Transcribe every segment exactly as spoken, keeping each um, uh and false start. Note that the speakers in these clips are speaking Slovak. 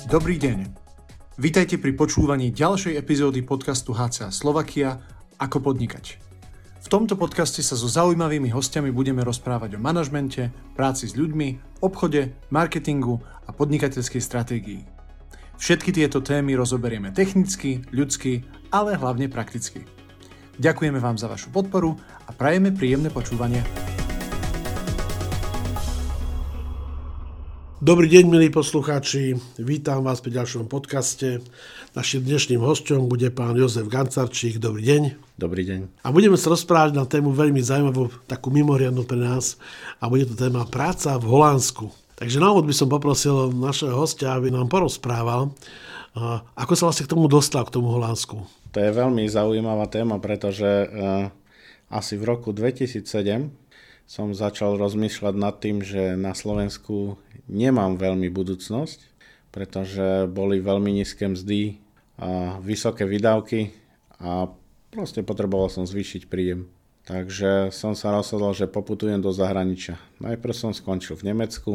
Dobrý deň. Vítajte pri počúvaní ďalšej epizódy podcastu há cé á Slovakia Ako podnikať. V tomto podcaste sa so zaujímavými hostiami budeme rozprávať o manažmente, práci s ľuďmi, obchode, marketingu a podnikateľskej stratégii. Všetky tieto témy rozoberieme technicky, ľudsky, ale hlavne prakticky. Ďakujeme vám za vašu podporu a prajeme príjemné počúvanie. Dobrý deň, milí poslucháči, vítam vás pri ďalšom podcaste. Naším dnešným hosťom bude pán Jozef Gancarčík. Dobrý deň. Dobrý deň. A budeme sa rozprávať na tému veľmi zaujímavú, takú mimoriadnu pre nás, a bude to téma práca v Holandsku. Takže na úvod by som poprosil našeho hostia, aby nám porozprával, ako sa vlastne k tomu dostal, k tomu Holandsku. To je veľmi zaujímavá téma, pretože uh, asi v roku dvetisícsedem som začal rozmýšľať nad tým, že na Slovensku nemám veľmi budúcnosť, pretože boli veľmi nízke mzdy a vysoké výdavky a proste potreboval som zvýšiť príjem. Takže som sa rozhodol, že poputujem do zahraničia. Najprv som skončil v Nemecku,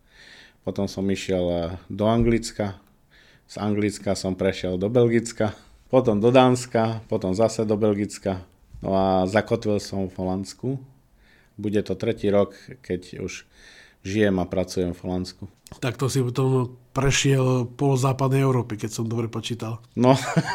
potom som išiel do Anglicka, z Anglicka som prešiel do Belgicka, potom do Dánska, potom zase do Belgicka, no a zakotvil som v Holandsku. Bude to tretí rok, keď už žijem a pracujem v Holandsku. Tak to si potom prešiel pol západnej Európy, keď som dobre počítal. No,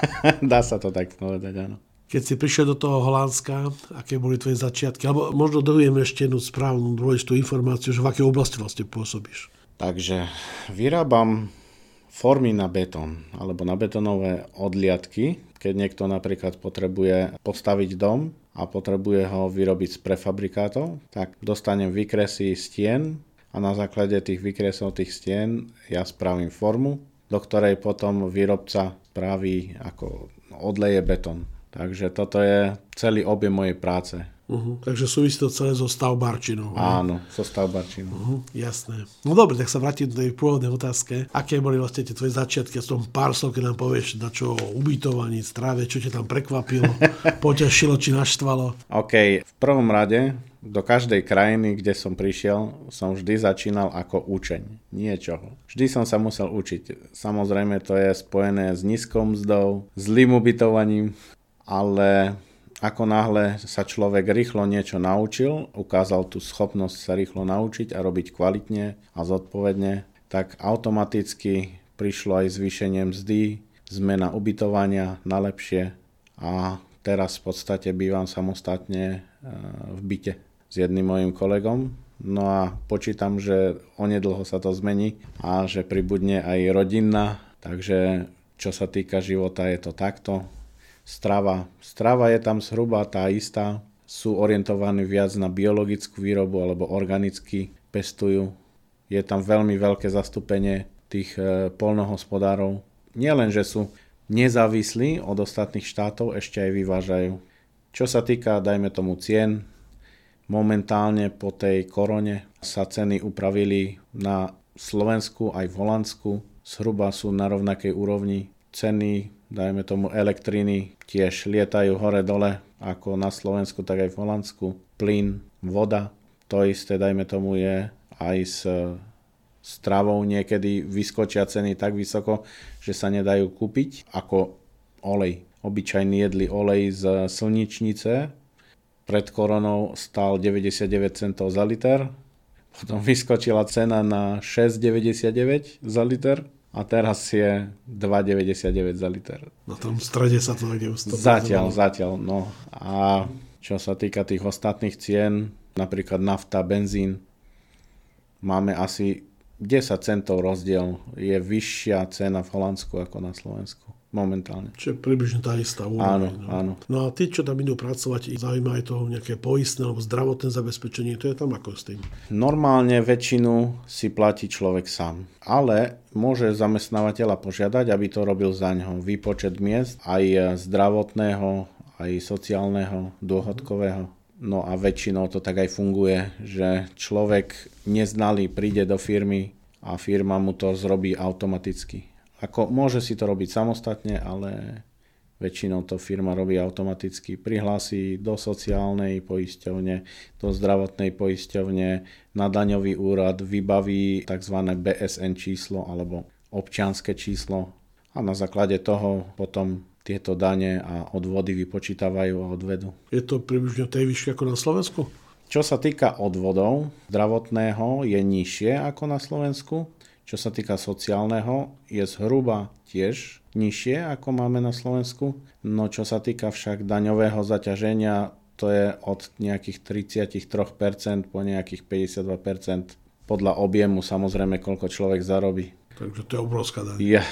dá sa to tak povedať, áno. Keď si prišiel do toho Holandska, aké boli tvoje začiatky? Alebo možno dodujeme ešte jednu správnu dôležitú informáciu, že v akej oblasti vlastne pôsobíš. Takže vyrábam formy na betón, alebo na betónové odliatky. Keď niekto napríklad potrebuje postaviť dom a potrebuje ho vyrobiť z prefabrikátov, tak dostanem výkresy stien a na základe tých výkresov tých stien ja spravím formu, do ktorej potom výrobca spraví ako odleje betón. Takže toto je celý objem mojej práce. Uh-huh. Takže súvisí to celé so stavbárčinou. Áno, so stavbárčinou. Uh-huh, jasné. No dobre, tak sa vrátim do tej pôvodnej otázke. Aké boli vlastne tie tvoje začiatky? Z tom pár slov, keď nám povieš, na čo o ubytovaní, strave, čo ťa tam prekvapilo, potešilo či naštvalo? OK, v prvom rade do každej krajiny, kde som prišiel, som vždy začínal ako učeň. Niečoho. Vždy som sa musel učiť. Samozrejme, to je spojené s nízkou mzdou, zlým ubytovaním, ale ako náhle sa človek rýchlo niečo naučil, ukázal tú schopnosť sa rýchlo naučiť a robiť kvalitne a zodpovedne, tak automaticky prišlo aj zvýšenie mzdy, zmena ubytovania na lepšie a teraz v podstate bývam samostatne v byte s jedným mojim kolegom. No a počítam, že onedlho sa to zmení a že pribudne aj rodinná, takže čo sa týka života je to takto. Strava. Strava je tam zhruba tá istá. Sú orientovaní viac na biologickú výrobu alebo organicky pestujú. Je tam veľmi veľké zastúpenie tých e, poľnohospodárov. Nie len, že sú nezávislí od ostatných štátov, ešte aj vyvážajú. Čo sa týka, dajme tomu, cien, momentálne po tej korone sa ceny upravili na Slovensku aj v Holandsku. Zhruba sú na rovnakej úrovni. Ceny, dajme tomu elektriny, tiež lietajú hore-dole, ako na Slovensku, tak aj v Holandsku. Plyn, voda, to isté, dajme tomu, je aj s stravou. Niekedy vyskočia ceny tak vysoko, že sa nedajú kúpiť, ako olej. Obyčajný jedlý olej z slničnice pred koronou stál deväťdesiatdeväť centov za liter, potom vyskočila cena na šesť deväťdesiatdeväť za liter, a teraz je dva deväťdesiatdeväť za liter. Na tom strede sa to tak neustále. Zatiaľ, zatiaľ, no. A čo sa týka tých ostatných cien, napríklad nafta, benzín, máme asi desať centov rozdiel. Je vyššia cena v Holandsku ako na Slovensku. Momentálne. Čiže približne tá istá úroveň. Áno, no. áno. No a tí, čo tam idú pracovať, zaujíma aj to nejaké poistné alebo zdravotné zabezpečenie, to je tam ako s tým? Normálne väčšinu si platí človek sám. Ale môže zamestnávateľa požiadať, aby to robil za ňo. Výpočet miest, aj zdravotného, aj sociálneho, dôchodkového. No a väčšinou to tak aj funguje, že človek neznalý príde do firmy a firma mu to zrobí automaticky. Ako môže si to robiť samostatne, ale väčšinou to firma robí automaticky. Prihlási do sociálnej poisťovne, do zdravotnej poisťovne, na daňový úrad, vybaví tzv. bé es en číslo alebo občianske číslo a na základe toho potom tieto dane a odvody vypočítavajú a odvedú. Je to približne tej výšky ako na Slovensku? Čo sa týka odvodov zdravotného, je nižšie ako na Slovensku. Čo sa týka sociálneho, je zhruba tiež nižšie ako máme na Slovensku. No čo sa týka však daňového zaťaženia, to je od nejakých tridsaťtri percent po nejakých päťdesiatdva percent podľa objemu, samozrejme, koľko človek zarobí. Takže to je obrovská daň. Yeah.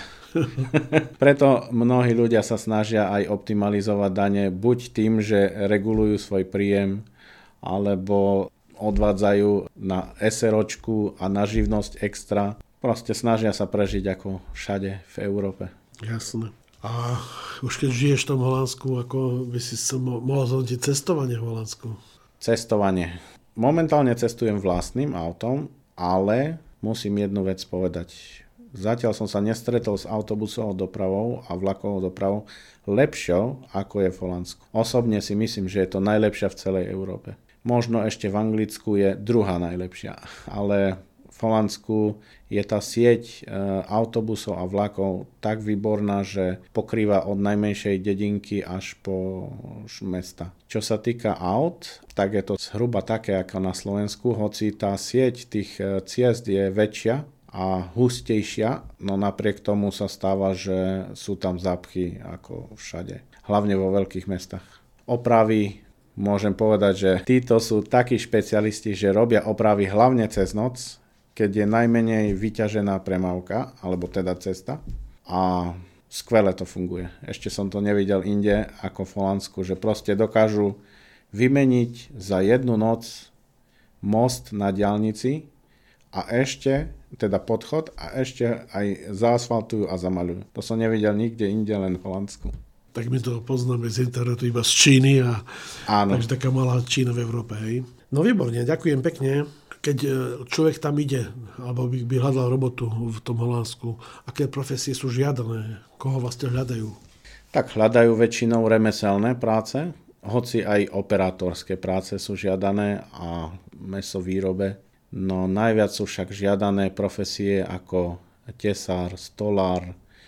Preto mnohí ľudia sa snažia aj optimalizovať dane buď tým, že regulujú svoj príjem, alebo odvádzajú na SROčku a na živnosť extra. Proste snažia sa prežiť ako všade v Európe. Jasné. A už keď žiješ v tom Holandsku, ako by si sa mo- mohol zhodnotiť cestovanie v Holandsku? Cestovanie. Momentálne cestujem vlastným autom, ale musím jednu vec povedať. Zatiaľ som sa nestretol s autobusovou dopravou a vlakovou dopravou lepšou, ako je v Holandsku. Osobne si myslím, že je to najlepšia v celej Európe. Možno ešte v Anglicku je druhá najlepšia, ale v Holandsku je tá sieť e, autobusov a vlakov tak výborná, že pokrýva od najmenšej dedinky až po mesta. Čo sa týka aut, tak je to zhruba také ako na Slovensku, hoci tá sieť tých ciest je väčšia a hustejšia, no napriek tomu sa stáva, že sú tam zápchy ako všade, hlavne vo veľkých mestách. Opravy, môžem povedať, že títo sú takí špecialisti, že robia opravy hlavne cez noc, keď je najmenej vyťažená premávka, alebo teda cesta. A skvele to funguje. Ešte som to nevidel inde ako v Holandsku, že proste dokážu vymeniť za jednu noc most na diaľnici a ešte, teda podchod, a ešte aj zaasfaltujú a zamaľujú. To som nevidel nikde inde, len v Holandsku. Tak my to poznáme z internetu iba z Číny. A áno. Takže taká malá Čína v Európe. Hej. No výborne, ďakujem pekne. Keď človek tam ide, alebo by, by hľadal robotu v tom Holandsku, aké profesie sú žiadané? Koho vlastne hľadajú? Tak hľadajú väčšinou remeselné práce, hoci aj operátorské práce sú žiadané a mäsovýrobe. No najviac sú však žiadané profesie ako tesár, stolár,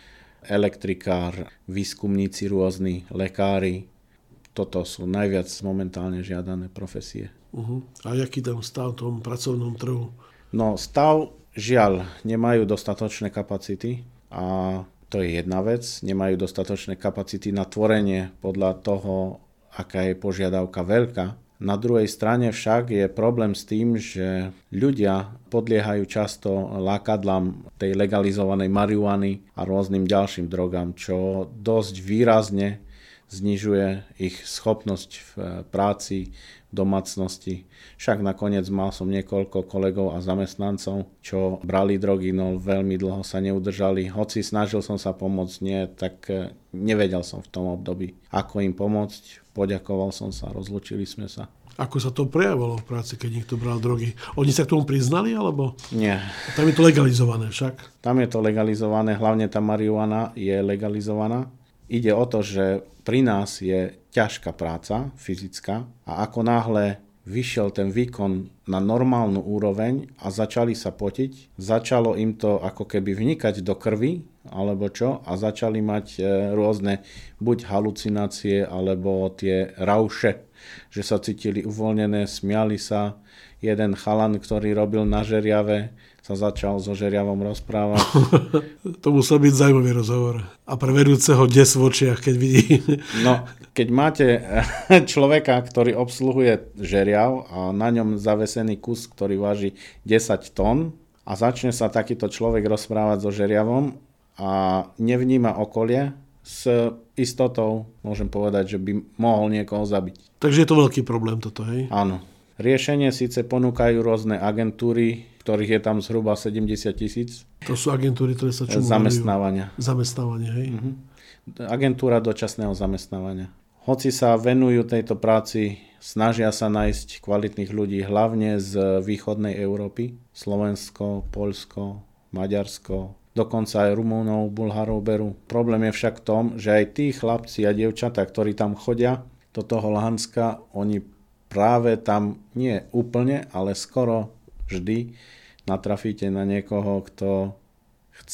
elektrikár, výskumníci rôzni, lekári. Toto sú najviac momentálne žiadané profesie. Uh-huh. A aký tam stav v tom pracovnom trhu? No stav, žiaľ, nemajú dostatočné kapacity a to je jedna vec. Nemajú dostatočné kapacity na tvorenie podľa toho, aká je požiadavka veľká. Na druhej strane však je problém s tým, že ľudia podliehajú často lákadlám tej legalizovanej marihuany a rôznym ďalším drogám, čo dosť výrazne znižuje ich schopnosť v práci, v domácnosti. Však nakoniec mal som niekoľko kolegov a zamestnancov, čo brali drogy, no veľmi dlho sa neudržali. Hoci snažil som sa pomôcť, nie, tak nevedel som v tom období, ako im pomôcť. Poďakoval som sa, rozlúčili sme sa. Ako sa to prejavilo v práci, keď niekto bral drogy? Oni sa k tomu priznali, alebo? Nie. Tam je to legalizované však? Tam je to legalizované, hlavne tá marihuana je legalizovaná. Ide o to, že pri nás je ťažká práca, fyzická, a ako náhle vyšiel ten výkon na normálnu úroveň a začali sa potiť, začalo im to ako keby vnikať do krvi, alebo čo, a začali mať e, rôzne buď halucinácie, alebo tie rauše, že sa cítili uvoľnené, smiali sa. Jeden chalan, ktorý robil na žeriave, sa začal so žeriavom rozprávať. To musel byť zaujímavý rozhovor. A pre vedúceho des v očiach, keď vidí. No, keď máte človeka, ktorý obsluhuje žeriav a na ňom zavesený kus, ktorý váži desať tón a začne sa takýto človek rozprávať so žeriavom a nevníma okolie, s istotou môžem povedať, že by mohol niekoho zabiť. Takže je to veľký problém toto, hej? Áno. Riešenie síce ponúkajú rôzne agentúry, ktorých je tam zhruba sedemdesiat tisíc. To sú agentúry, ktoré sa čomu zamestnávania. Zamestnávania, hej? Mhm. Agentúra dočasného zamestnávania. Hoci sa venujú tejto práci, snažia sa nájsť kvalitných ľudí, hlavne z východnej Európy. Slovensko, Poľsko, Maďarsko, dokonca aj Rumúnov, Bulharov berú. Problém je však v tom, že aj tí chlapci a dievčatá, ktorí tam chodia do toho Holandska, oni práve tam nie úplne, ale skoro vždy natrafíte na niekoho, kto chce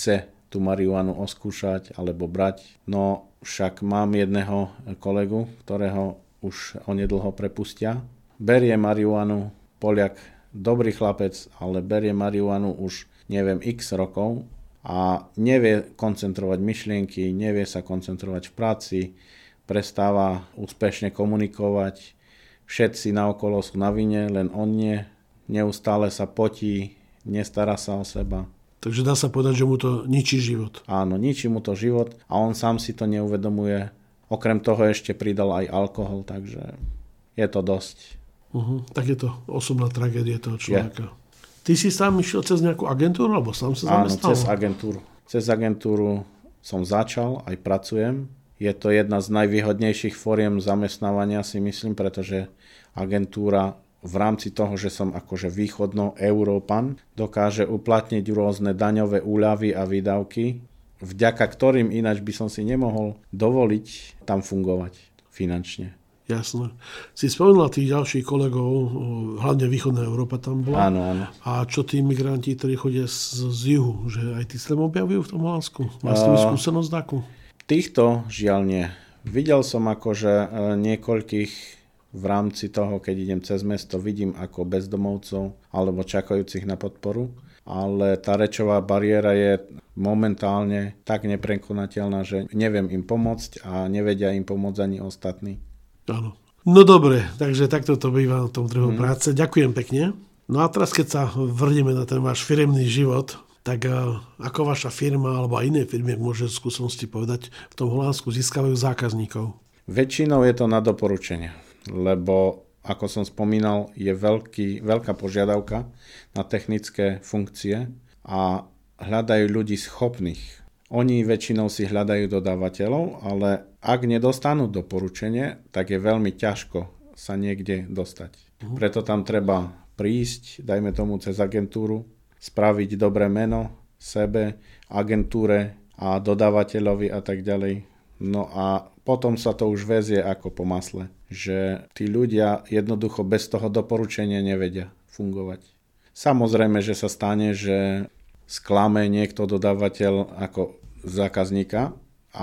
tú marihuanu oskúšať alebo brať. No však mám jedného kolegu, ktorého už onedlho prepustia. Berie marihuanu, Poliak, dobrý chlapec, ale berie marihuanu už neviem x rokov a nevie koncentrovať myšlienky, nevie sa koncentrovať v práci, prestáva úspešne komunikovať, všetci naokolo sú na vine, len on nie, neustále sa potí, nestará sa o seba. Takže dá sa povedať, že mu to ničí život. Áno, ničí mu to život a on sám si to neuvedomuje. Okrem toho ešte pridal aj alkohol, takže je to dosť. Uh-huh. Tak je to osobná tragédia toho človeka. Je. Ty si sám išiel cez nejakú agentúru, alebo sám sa zamestnal? Áno, cez agentúru. Cez agentúru som začal, aj pracujem. Je to jedna z najvýhodnejších fóriem zamestnávania, si myslím, pretože agentúra v rámci toho, že som akože východnoeurópan, dokáže uplatniť rôzne daňové úľavy a výdavky, vďaka ktorým ináč by som si nemohol dovoliť tam fungovať finančne. Jasné. Si spomenula tých ďalších kolegov, hlavne východná Európa tam bola. Áno, áno. A čo tí migranti, ktorí chodia z, z juhu, že aj tí sa objavujú v tom Holandsku? Máš uh, skúsenosť takú? Týchto žiaľ nie. Videl som akože niekoľkých v rámci toho, keď idem cez mesto, vidím ako bezdomovcov alebo čakajúcich na podporu, ale tá rečová bariéra je momentálne tak neprekonateľná, že neviem im pomôcť a nevedia im pomôcť ani ostatní. Áno. No dobre, takže takto to býva na tom trhu mm. práce. Ďakujem pekne. No a teraz, keď sa vrneme na ten váš firemný život, tak ako vaša firma alebo aj iné firmy, ak môže skúsenosti povedať, v tom Holandsku získavajú zákazníkov? Väčšinou je to na doporučenie, lebo ako som spomínal, je veľký, veľká požiadavka na technické funkcie a hľadajú ľudí schopných. Oni väčšinou si hľadajú dodávateľov, ale ak nedostanú doporučenie, tak je veľmi ťažko sa niekde dostať. Uh-huh. Preto tam treba prísť, dajme tomu cez agentúru, spraviť dobré meno sebe, agentúre a dodávateľovi a tak ďalej. No a potom sa to už vezie ako po masle, že tí ľudia jednoducho bez toho doporučenia nevedia fungovať. Samozrejme, že sa stane, že sklame niekto dodávateľ ako zákazníka,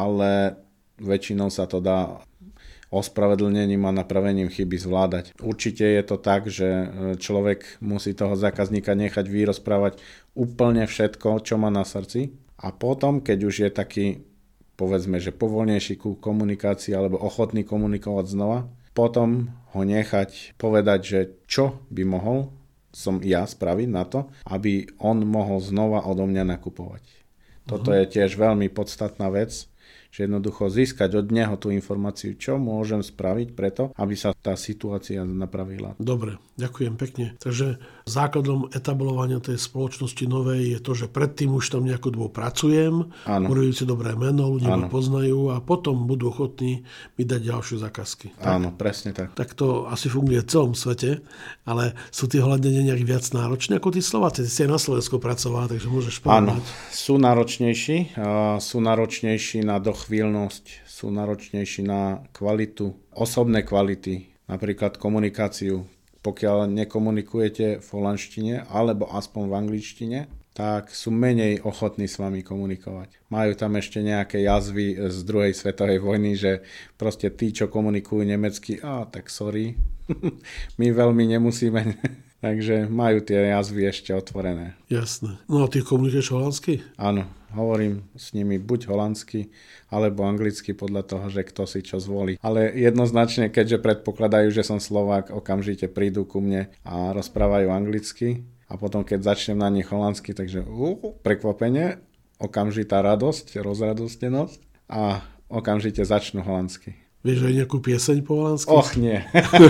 ale väčšinou sa to dá ospravedlnením a napravením chyby zvládať. Určite je to tak, že človek musí toho zákazníka nechať vyrozprávať úplne všetko, čo má na srdci a potom, keď už je taký, povedzme, že povoľnejší ku komunikácii alebo ochotný komunikovať znova, potom ho nechať povedať, že čo by mohol som ja spraviť na to, aby on mohol znova odo mňa nakupovať. Toto je tiež veľmi podstatná vec, že jednoducho získať od neho tú informáciu, čo môžem spraviť preto, aby sa tá situácia napravila. Dobre, ďakujem pekne. Takže základom etablovania tej spoločnosti novej je to, že predtým už tam nejakú dobu pracujem, urobím si dobré meno, ľudia ma poznajú a potom budú ochotní mi dať ďalšie zákazky. Tak? Áno, presne tak. Tak to asi funguje v celom svete, ale sú tí Holanďania nejak viac nároční ako tí Slováci. Ty si aj na Slovensku pracoval, takže môžeš povedať. Áno, sú náročnejší, sú náročnejší na dochvíľnosť, sú náročnejší na kvalitu, osobné kvality, napríklad komunikáciu. Pokiaľ nekomunikujete v holandštine alebo aspoň v angličtine, tak sú menej ochotní s vami komunikovať. Majú tam ešte nejaké jazvy z druhej svetovej vojny, že proste tí, čo komunikujú nemecky, a tak sorry, my veľmi nemusíme. Takže majú tie jazvy ešte otvorené. Jasné. No a ty komunikuješ holandsky? Áno, hovorím s nimi buď holandsky, alebo anglicky podľa toho, že kto si čo zvolí. Ale jednoznačne, keďže predpokladajú, že som Slovák, okamžite prídu ku mne a rozprávajú anglicky. A potom, keď začnem na nich holandsky, takže uh, prekvapenie, okamžitá radosť, rozradostenosť a okamžite začnú holandsky. Vieš aj nejakú pieseň po holandsky? Och, nie.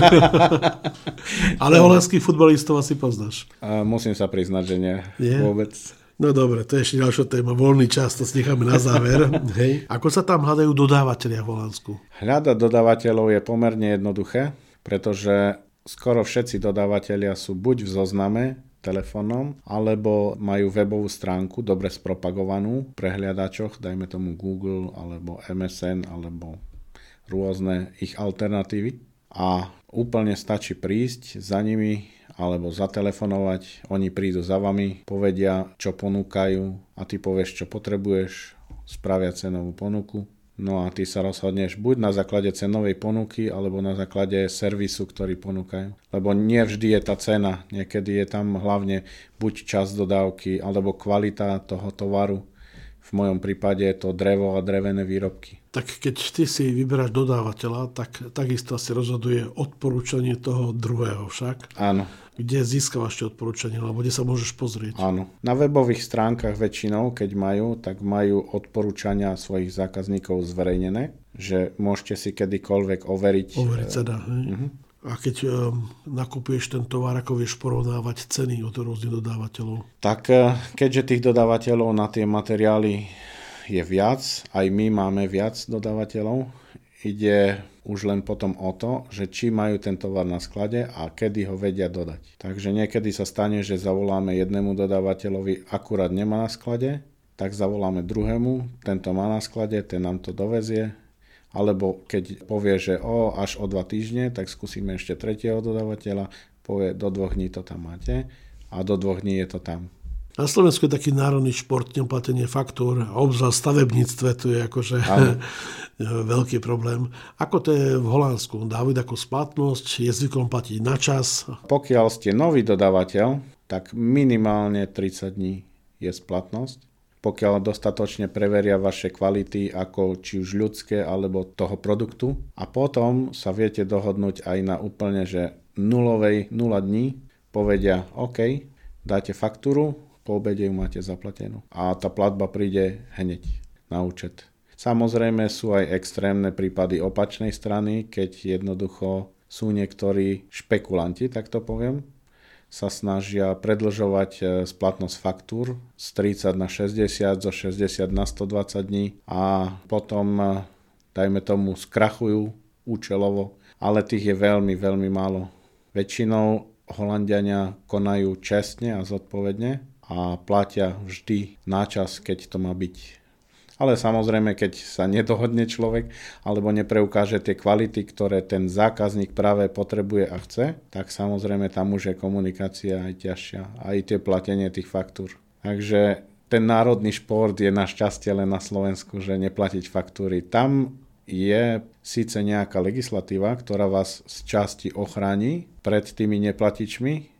Ale holandských futbalistov asi poznáš. A musím sa priznať, že nie. nie. Vôbec. No dobre, to je ešte ďalšia téma. Voľný čas, to si necháme na záver. Hej. Ako sa tam hľadajú dodávateľia v Holandsku? Hľadať dodávateľov je pomerne jednoduché, pretože skoro všetci dodávateľia sú buď v zozname telefónom, alebo majú webovú stránku dobre spropagovanú pre hľadačoch, dajme tomu Google, alebo em es en, alebo rôzne ich alternatívy a úplne stačí prísť za nimi alebo zatelefonovať, oni prídu za vami, povedia, čo ponúkajú a ty povieš, čo potrebuješ, spravia cenovú ponuku. No a ty sa rozhodneš buď na základe cenovej ponuky, alebo na základe servisu, ktorý ponúkajú. Lebo nie vždy je tá cena. Niekedy je tam hlavne buď čas dodávky, alebo kvalita toho tovaru. V mojom prípade je to drevo a drevené výrobky. Tak keď ty si vyberáš dodávateľa, tak takisto si rozhoduje odporúčanie toho druhého však. Áno. Kde získavaš tie odporúčania, alebo kde sa môžeš pozrieť. Áno. Na webových stránkach väčšinou, keď majú, tak majú odporúčania svojich zákazníkov zverejnené, že môžete si kedykoľvek overiť. Overiť sa dá. Uh-huh. A keď um, nakupuješ ten tovar, ako vieš porovnávať ceny od rôznych dodávateľov? Tak keďže tých dodávateľov na tie materiály je viac, aj my máme viac dodávateľov, ide už len potom o to, že či majú ten tovar na sklade a kedy ho vedia dodať. Takže niekedy sa stane, že zavoláme jednému dodávateľovi, akurát nemá na sklade, tak zavoláme druhému, tento má na sklade, ten nám to dovezie. Alebo keď povie, že o, až o dva týždne, tak skúsime ešte tretieho dodávateľa, povie, do dvoch dní to tam máte a do dvoch dní je to tam. Na Slovensku je taký národný šport, neplatenie faktúr, a obzvlášť v stavebníctve, to je akože veľký problém. Ako to je v Holandsku? Dávajú takú splatnosť, je zvykom platiť na čas? Pokiaľ ste nový dodávateľ, tak minimálne tridsať dní je splatnosť. Pokiaľ dostatočne preveria vaše kvality, ako či už ľudské, alebo toho produktu. A potom sa viete dohodnúť aj na úplne, že nulovej, nula dní, povedia OK, dáte faktúru, po obede ju máte zaplatenú. A tá platba príde hneď na účet. Samozrejme sú aj extrémne prípady opačnej strany, keď jednoducho sú niektorí špekulanti, tak to poviem, sa snažia predĺžovať splatnosť faktúr z tridsať na šesťdesiat, zo šesťdesiat na stodvadsať dní a potom, dajme tomu, skrachujú účelovo, ale tých je veľmi, veľmi málo. Väčšinou Holanďania konajú čestne a zodpovedne a platia vždy na čas, keď to má byť. Ale samozrejme, keď sa nedohodne človek alebo nepreukáže tie kvality, ktoré ten zákazník práve potrebuje a chce, tak samozrejme tam už je komunikácia aj ťažšia, aj tie platenie tých faktúr. Takže ten národný šport je našťastie len na Slovensku, že neplatiť faktúry. Tam je síce nejaká legislatíva, ktorá vás z časti ochráni pred tými neplatičmi,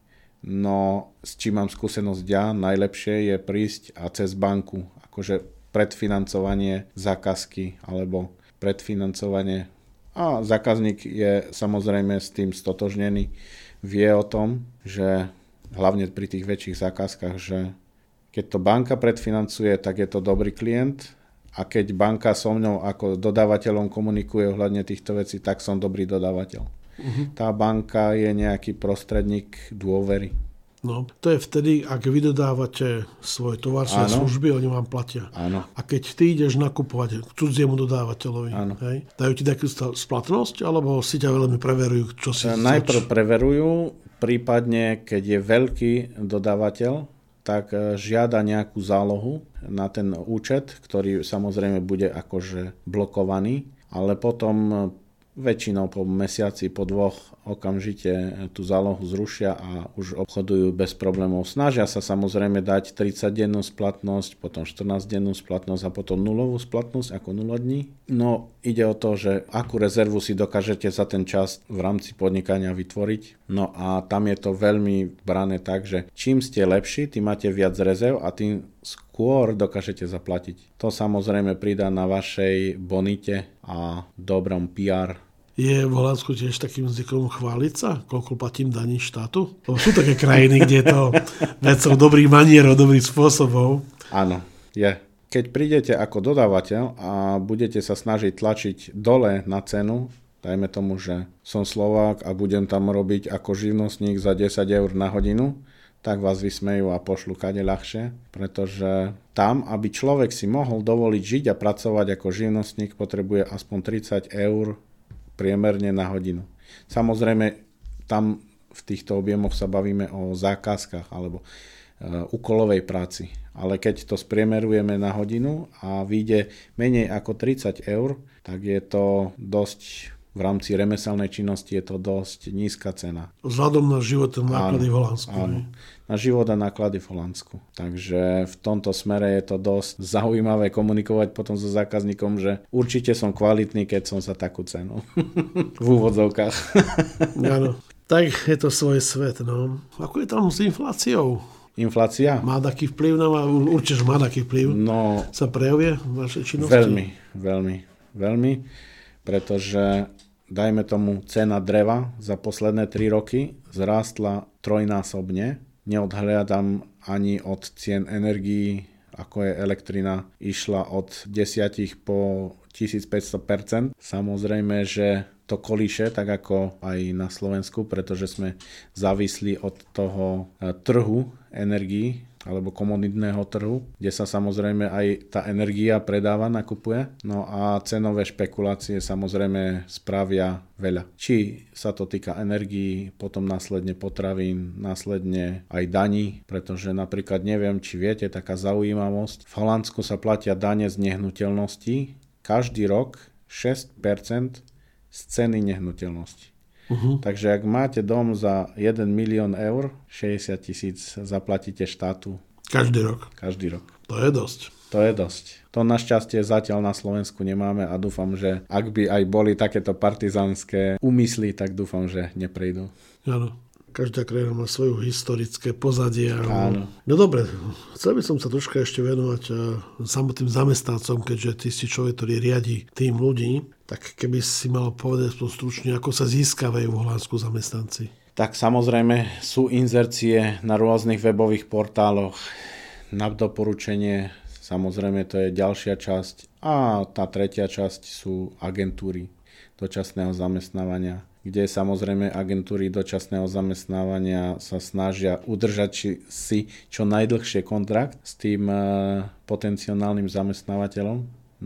no s čím mám skúsenosť ja, najlepšie je prísť a cez banku, akože predfinancovanie zákazky alebo predfinancovanie. A zákazník je samozrejme s tým stotožnený, vie o tom, že hlavne pri tých väčších zákazkách, že keď to banka predfinancuje, tak je to dobrý klient a keď banka so mnou ako dodávateľom komunikuje ohľadne týchto vecí, tak som dobrý dodávateľ. Uh-huh. Tá banka je nejaký prostredník dôvery. No, to je vtedy, ak vy dodávate svoj tovar, svoje služby, oni vám platia. Áno. A keď ty ideš nakupovať k cudziemu dodávateľovi, hej, dajú ti takú splatnosť, alebo si ťa veľmi preverujú, čo si Najprv zač... preverujú, prípadne keď je veľký dodávateľ, tak žiada nejakú zálohu na ten účet, ktorý samozrejme bude akože blokovaný, ale potom väčšinou po mesiaci, po dvoch okamžite tú zálohu zrušia a už obchodujú bez problémov. Snažia sa samozrejme dať tridsaťdennú splatnosť, potom štrnásťdennú splatnosť a potom nulovú splatnosť ako nula dní. No ide o to, že akú rezervu si dokážete za ten čas v rámci podnikania vytvoriť. No a tam je to veľmi brané tak, že čím ste lepší, tým máte viac rezerv a tým skôr dokážete zaplatiť. To samozrejme pridá na vašej bonite a dobrom pé er. Je v Holandsku tiež takým zvykom chváliť sa, koľko platím daní štátu? Lebo sú také krajiny, kde je to vecou dobrých manierov, dobrých spôsobov. Áno, je. Keď prídete ako dodávateľ a budete sa snažiť tlačiť dole na cenu, dajme tomu, že som Slovák a budem tam robiť ako živnostník za desať eur na hodinu, tak vás vysmejú a pošlu kade ľahšie, pretože tam, aby človek si mohol dovoliť žiť a pracovať ako živnostník, potrebuje aspoň tridsať eur priemerne na hodinu. Samozrejme, tam v týchto objemoch sa bavíme o zákazkách alebo uh, úkolovej práci. Ale keď to spriemerujeme na hodinu a vyjde menej ako tridsať eur, tak je to dosť V rámci remeselnej činnosti je to dosť nízka cena. Vzhľadom na životné náklady v Holandsku. Áno, na život a náklady v Holandsku. Takže v tomto smere je to dosť zaujímavé komunikovať potom so zákazníkom, že určite som kvalitný, keď som za takú cenu. V úvodzovkách. Áno. Tak je to svoj svet. No. Ako je tam s infláciou? Inflácia? Má taký vplyv na vás? Určite má taký vplyv. No, sa prejavuje v vašej činnosti? Veľmi, veľmi, veľmi. Pretože dajme tomu cena dreva za posledné tri roky zrástla trojnásobne. Neodhliadam ani od cien energií, ako je elektrina, išla od desať po tisícpäťsto percent. Samozrejme, že to kolíše, tak ako aj na Slovensku, pretože sme závislí od toho trhu energií, alebo komoditného trhu, kde sa samozrejme aj tá energia predáva, nakupuje. No a cenové špekulácie samozrejme spravia veľa. Či sa to týka energií, potom následne potravín, následne aj daní, pretože napríklad neviem, či viete, taká zaujímavosť. V Holandsku sa platia dane z nehnuteľností každý rok šesť percent z ceny nehnuteľnosti. Uh-huh. Takže ak máte dom za jeden milión eur, šesťdesiat tisíc zaplatíte štátu. Každý rok. Každý rok. To je dosť. To je dosť. To našťastie zatiaľ na Slovensku nemáme a dúfam, že ak by aj boli takéto partizánske úmysly, tak dúfam, že neprejdú. Áno. Každá krajina má svoju historické pozadie. Áno. No dobre, chcel by som sa troška ešte venovať samotným zamestnancom, keďže ty si človek, ktorý riadi tým ľudí, tak keby si mal povedať stručne, ako sa získavajú v Holandsku zamestnanci. Tak samozrejme sú inzercie na rôznych webových portáloch, na doporučenie, samozrejme to je ďalšia časť a tá tretia časť sú agentúry dočasného zamestnávania, kde samozrejme agentúry dočasného zamestnávania sa snažia udržať si čo najdlhšie kontrakt s tým potenciálnym zamestnávateľom.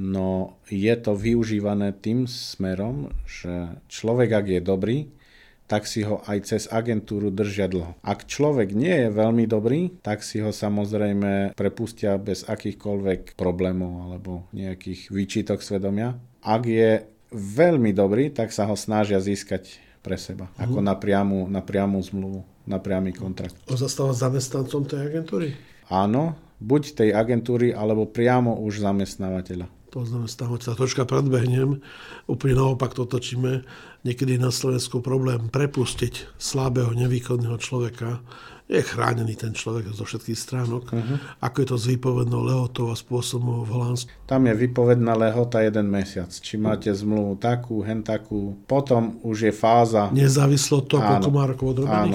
No je to využívané tým smerom, že človek, ak je dobrý, tak si ho aj cez agentúru držia dlho. Ak človek nie je veľmi dobrý, tak si ho samozrejme prepustia bez akýchkoľvek problémov alebo nejakých výčitok svedomia. Ak je veľmi dobrý, tak sa ho snažia získať pre seba. Uh-huh. Ako na priamu, na priamu zmluvu, na priamy kontrakt. On zastáva zamestnancom tej agentúry? Áno, buď tej agentúry, alebo priamo už zamestnávateľa. To zamestnávateľa. Troška predbehnem. Úplne naopak to točíme. Niekedy na Slovensku problém prepustiť slabého, nevýkonného človeka. Je chránený ten človek zo všetkých stránok. Uh-huh. Ako je to s výpovednou lehotou a spôsobom v Holandsku? Tam je výpovedná lehota jeden mesiac. Či máte zmluvu takú, hen takú. Potom už je fáza... Nezávislo od toho, koľko má rokov odrobených? Áno.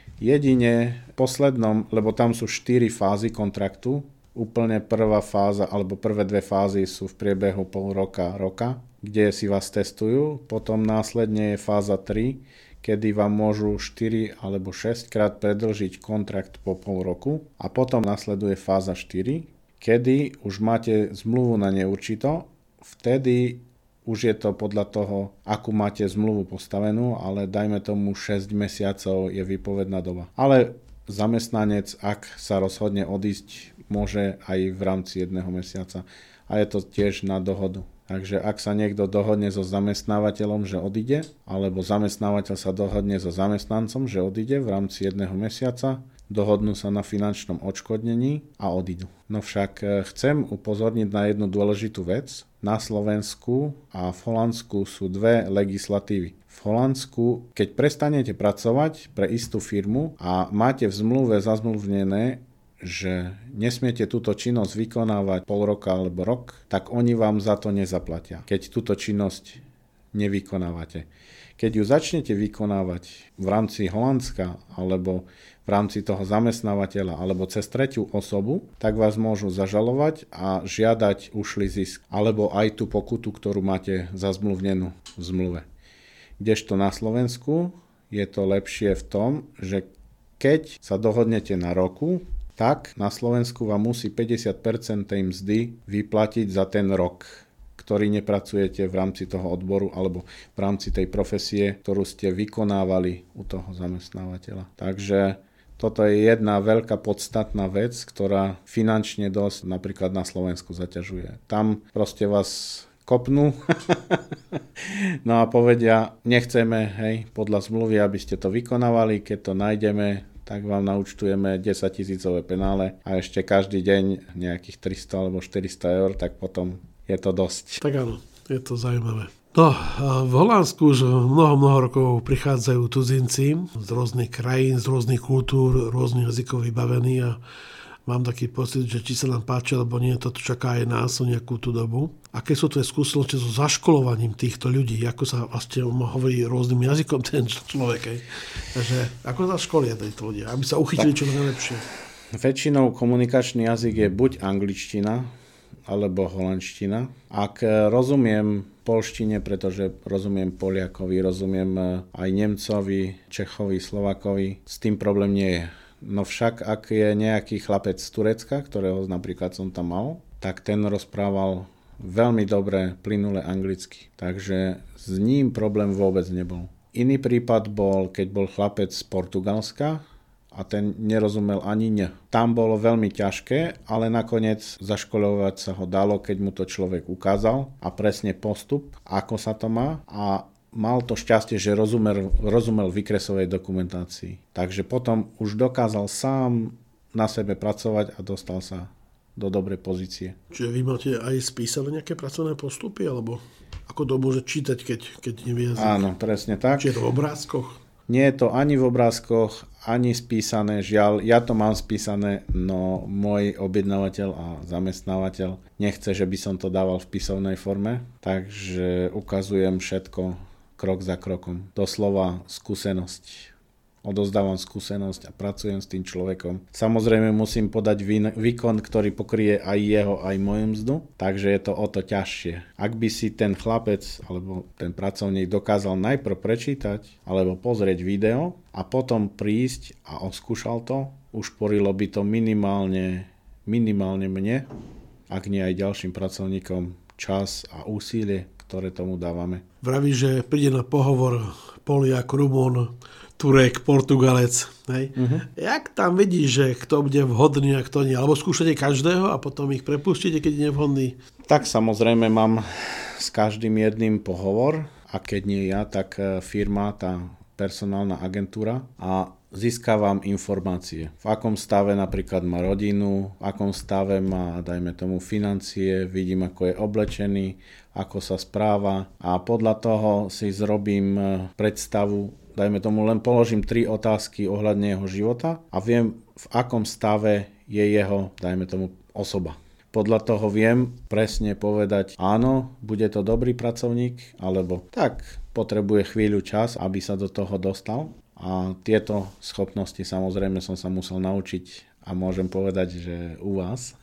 Jedine v poslednom, lebo tam sú štyri fázy kontraktu. Úplne prvá fáza, alebo prvé dve fázy sú v priebehu pol roka, roka, kde si vás testujú. Potom následne je fáza tri, kedy vám môžu štyri alebo šesť krát predĺžiť kontrakt po pol roku. A potom nasleduje fáza štyri, kedy už máte zmluvu na neurčito. Vtedy už je to podľa toho, akú máte zmluvu postavenú, ale dajme tomu šesť mesiacov je výpovedná doba. Ale zamestnanec, ak sa rozhodne odísť, môže aj v rámci jedného mesiaca. A je to tiež na dohodu. Takže ak sa niekto dohodne so zamestnávateľom, že odíde, alebo zamestnávateľ sa dohodne so zamestnancom, že odíde v rámci jedného mesiaca, dohodnú sa na finančnom odškodnení a odídu. No však chcem upozorniť na jednu dôležitú vec. Na Slovensku a v Holandsku sú dve legislatívy. V Holandsku, keď prestanete pracovať pre istú firmu a máte v zmluve zazmluvnené, že nesmiete túto činnosť vykonávať pol roka alebo rok, tak oni vám za to nezaplatia, keď túto činnosť nevykonávate. Keď ju začnete vykonávať v rámci Holandska alebo v rámci toho zamestnávateľa alebo cez tretiu osobu, tak vás môžu zažalovať a žiadať ušlý zisk alebo aj tú pokutu, ktorú máte zazmluvnenú v zmluve. Kdežto na Slovensku je to lepšie v tom, že keď sa dohodnete na roku, tak na Slovensku vám musí päťdesiat percent tej mzdy vyplatiť za ten rok, ktorý nepracujete v rámci toho odboru alebo v rámci tej profesie, ktorú ste vykonávali u toho zamestnávateľa. Takže toto je jedna veľká podstatná vec, ktorá finančne dosť napríklad na Slovensku zaťažuje. Tam proste vás kopnú. No a povedia, nechceme, hej, podľa zmluvy, aby ste to vykonávali, keď to nájdeme, tak vám naúčtujeme desaťtisícové penále a ešte každý deň nejakých tristo alebo štyristo eur, tak potom je to dosť. Tak áno, je to zaujímavé. No, v Holandsku už mnoho, mnoho rokov prichádzajú cudzinci z rôznych krajín, z rôznych kultúr, rôznych jazykov vybavení a mám taký pocit, že či sa nám páči, alebo nie, to čaká aj nás o nejakú tú dobu. Aké sú tvoje skúsenosti so zaškolovaním týchto ľudí? Ako sa vlastne hovorí rôznym jazykom ten človek? Hej? Takže ako sa školia títo ľudia? Aby sa uchytili tak, čo najlepšie. Väčšinou komunikačný jazyk je buď angličtina, alebo holandština. Ak rozumiem poľštine, pretože rozumiem Poliakovi, rozumiem aj Nemcovi, Čechovi, Slovákovi, s tým problém nie je. No však, ak je nejaký chlapec z Turecka, ktorého napríklad som tam mal, tak ten rozprával veľmi dobre, plynule anglicky. Takže s ním problém vôbec nebol. Iný prípad bol, keď bol chlapec z Portugalska a ten nerozumel ani ne. Tam bolo veľmi ťažké, ale nakoniec zaškoľovať sa ho dalo, keď mu to človek ukázal a presne postup, ako sa to má a mal to šťastie, že rozumel, rozumel výkresovej dokumentácii. Takže potom už dokázal sám na sebe pracovať a dostal sa do dobrej pozície. Čiže vy máte aj spísané nejaké pracovné postupy, alebo ako to môže čítať, keď, keď nevie jazyk? Áno, presne tak. Čiže je to v obrázkoch? Nie je to ani v obrázkoch, ani spísané, žiaľ, ja to mám spísané, no môj objednávateľ a zamestnávateľ nechce, že by som to dával v písomnej forme, takže ukazujem všetko krok za krokom. Doslova skúsenosť. Odozdávam skúsenosť a pracujem s tým človekom. Samozrejme musím podať výkon, ktorý pokrie aj jeho, aj moju mzdu, takže je to o to ťažšie. Ak by si ten chlapec alebo ten pracovník dokázal najprv prečítať alebo pozrieť video a potom prísť a oskúšal to, už porilo by to minimálne, minimálne mne, ak nie aj ďalším pracovníkom, čas a úsilie, ktoré tomu dávame. Vraví, že príde na pohovor Poliak, Rumún, Turek, Portugalec. Hej? Uh-huh. Jak tam vidíš, že kto bude vhodný a kto nie? Alebo skúšate každého a potom ich prepustíte, keď je nevhodný? Tak samozrejme mám s každým jedným pohovor a keď nie ja, tak firma, tá personálna agentúra a získavam informácie. V akom stave napríklad má rodinu, v akom stave má, dajme tomu, financie, vidím, ako je oblečený, ako sa správa a podľa toho si zrobím predstavu, dajme tomu, len položím tri otázky ohľadne jeho života a viem, v akom stave je jeho, dajme tomu, osoba. Podľa toho viem presne povedať, áno, bude to dobrý pracovník, alebo tak, potrebuje chvíľu čas, aby sa do toho dostal. A tieto schopnosti samozrejme som sa musel naučiť a môžem povedať, že u vás,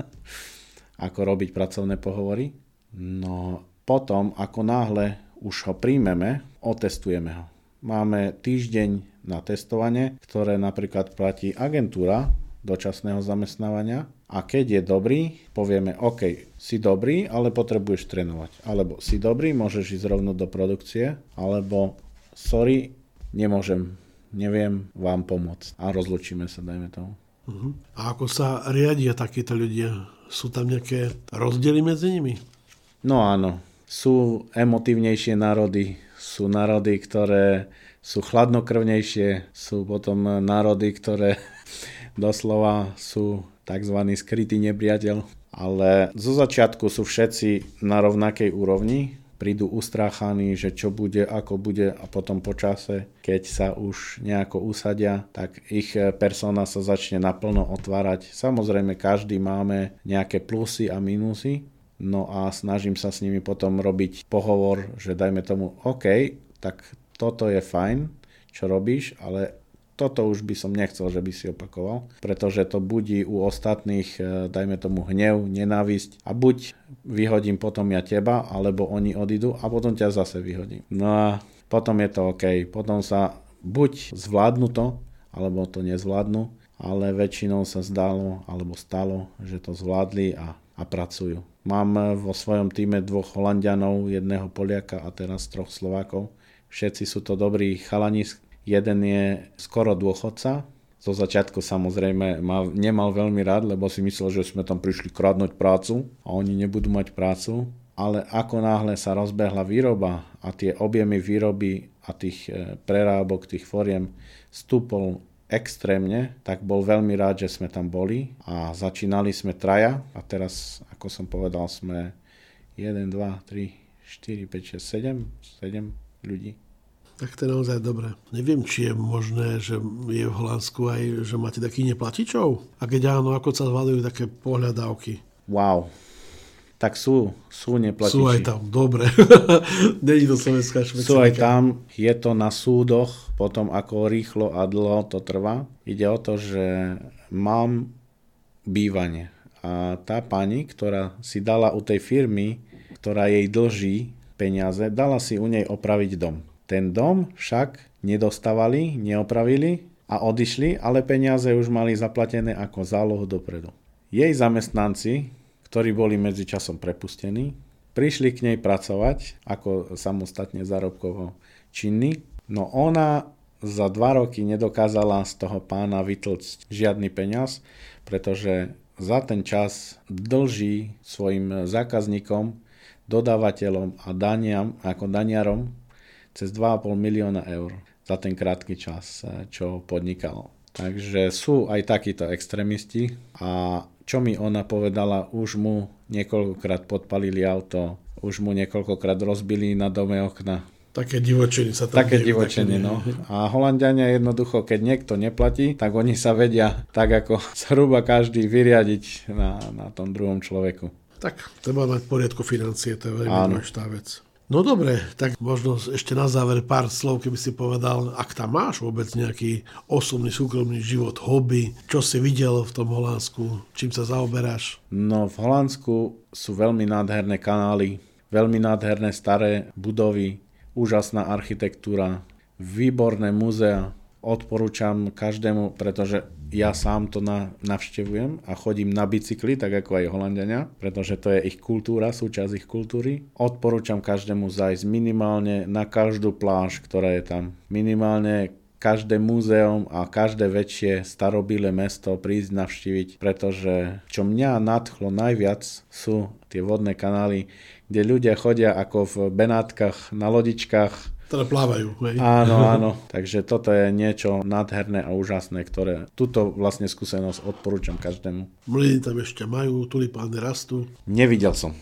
ako robiť pracovné pohovory. No potom, ako náhle už ho príjmeme, otestujeme ho. Máme týždeň na testovanie, ktoré napríklad platí agentúra dočasného zamestnávania a keď je dobrý, povieme, OK, si dobrý, ale potrebuješ trénovať. Alebo si dobrý, môžeš ísť rovno do produkcie, alebo sorry, nemôžem, neviem vám pomôcť. A rozlučíme sa, dajme tomu. Uh-huh. A ako sa riadia takíto ľudia? Sú tam nejaké rozdiely medzi nimi? No áno. Sú emotívnejšie národy, sú národy, ktoré sú chladnokrvnejšie, sú potom národy, ktoré doslova sú tzv. Skrytý nepriateľ. Ale zo začiatku sú všetci na rovnakej úrovni. Prídu ustráchaní, že čo bude, ako bude a potom po čase, keď sa už nejako usadia, tak ich persona sa začne naplno otvárať. Samozrejme, každý máme nejaké plusy a minusy, no a snažím sa s nimi potom robiť pohovor, že dajme tomu, OK, tak toto je fajn, čo robíš, ale toto už by som nechcel, že by si opakoval, pretože to budí u ostatných, dajme tomu, hnev, nenávisť a buď vyhodím potom ja teba, alebo oni odídu a potom ťa zase vyhodím. No a potom je to OK. Potom sa buď zvládnu to, alebo to nezvládnu, ale väčšinou sa zdalo, alebo stalo, že to zvládli a, a pracujú. Mám vo svojom týme dvoch Holanďanov, jedného Poliaka a teraz troch Slovákov. Všetci sú to dobrí chalani. Jeden je skoro dôchodca. Zo začiatku samozrejme ma nemal veľmi rád, lebo si myslel, že sme tam prišli kradnúť prácu a oni nebudú mať prácu. ale ako náhle sa rozbehla výroba a tie objemy výroby a tých prerábok, tých foriem stúpol extrémne, tak bol veľmi rád, že sme tam boli a začínali sme traja a teraz, ako som povedal, sme jeden, dva, tri, štyri, päť, šesť, sedem, sedem ľudí. Tak to je naozaj dobré. Neviem, či je možné, že je v Holandsku aj, že máte takých neplatičov? A keď áno, ako sa zvalujú také pohľadávky? Wow. Tak sú, sú neplatiči. Sú aj tam, dobre. Není to slovenská špecifika. Sú aj tam, je to na súdoch, potom ako rýchlo a dlho to trvá. Ide o to, že mám bývanie. A tá pani, ktorá si dala u tej firmy, ktorá jej dlží peniaze, dala si u nej opraviť dom. Ten dom však nedostávali, neopravili a odišli, ale peniaze už mali zaplatené ako zálohu dopredu. Jej zamestnanci, ktorí boli medzičasom prepustení, prišli k nej pracovať ako samostatne zárobkovo činní, no ona za dva roky nedokázala z toho pána vytlcť žiadny peniaz, pretože za ten čas dlží svojim zákazníkom, dodávateľom a daniam, ako daniarom cez dva a pol milióna eur za ten krátky čas, čo podnikal. Takže sú aj takíto extrémisti a čo mi ona povedala, už mu niekoľkokrát podpalili auto, už mu niekoľkokrát rozbili na dome okna. Také divočiny sa tam Také divočiny, no. A Holanďania jednoducho, keď niekto neplatí, tak oni sa vedia tak ako zhruba každý vyriadiť na, na tom druhom človeku. Tak, treba mať poriadku financie, to je veľmi dôležitá vec. No dobre, tak možno ešte na záver pár slov, keby si povedal, ak tam máš vôbec nejaký osobný, súkromný život, hobby, čo si videl v tom Holandsku, čím sa zaoberáš? No v Holandsku sú veľmi nádherné kanály, veľmi nádherné staré budovy, úžasná architektúra, výborné múzea. Odporúčam každému, pretože ja sám to na, navštevujem a chodím na bicykli, tak ako aj Holanďania, pretože to je ich kultúra, súčasť ich kultúry. Odporúčam každému zájsť minimálne na každú pláž, ktorá je tam. Minimálne každé múzeum a každé väčšie starobilé mesto prísť navštíviť, pretože čo mňa nadchlo najviac sú tie vodné kanály, kde ľudia chodia ako v Benátkach na lodičkách, ktoré plávajú. Hej. Áno, áno. Takže toto je niečo nádherné a úžasné, ktoré túto vlastne skúsenosť odporúčam každému. Mlyny tam ešte majú, tulipány rastú. Nevidel som.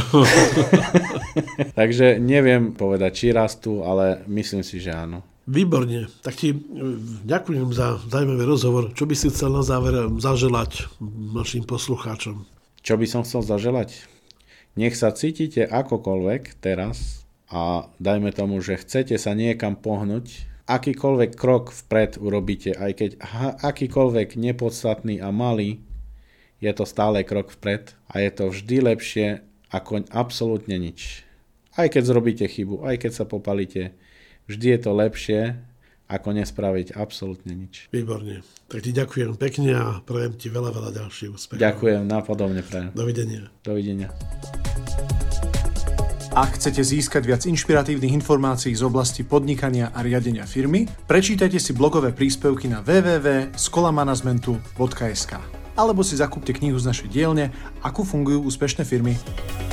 Takže neviem povedať, či rastú, ale myslím si, že áno. Výborne. Tak ti ďakujem za zaujímavý rozhovor. Čo by si chcel na záver zaželať našim poslucháčom? Čo by som chcel zaželať? Nech sa cítite akokoľvek teraz a dajme tomu, že chcete sa niekam pohnúť, akýkoľvek krok vpred urobíte, aj keď akýkoľvek nepodstatný a malý, je to stále krok vpred a je to vždy lepšie ako absolútne nič. Aj keď zrobíte chybu, aj keď sa popalíte, vždy je to lepšie ako nespraviť absolútne nič. Výborne. Tak ti ďakujem pekne a prajem ti veľa, veľa ďalších úspechov. Ďakujem, napodobne prajem. Dovidenia. Dovidenia. Ak chcete získať viac inšpiratívnych informácií z oblasti podnikania a riadenia firmy, prečítajte si blogové príspevky na w w w bodka skola managementu bodka es ka alebo si zakúpte knihu z našej dielne Ako fungujú úspešné firmy.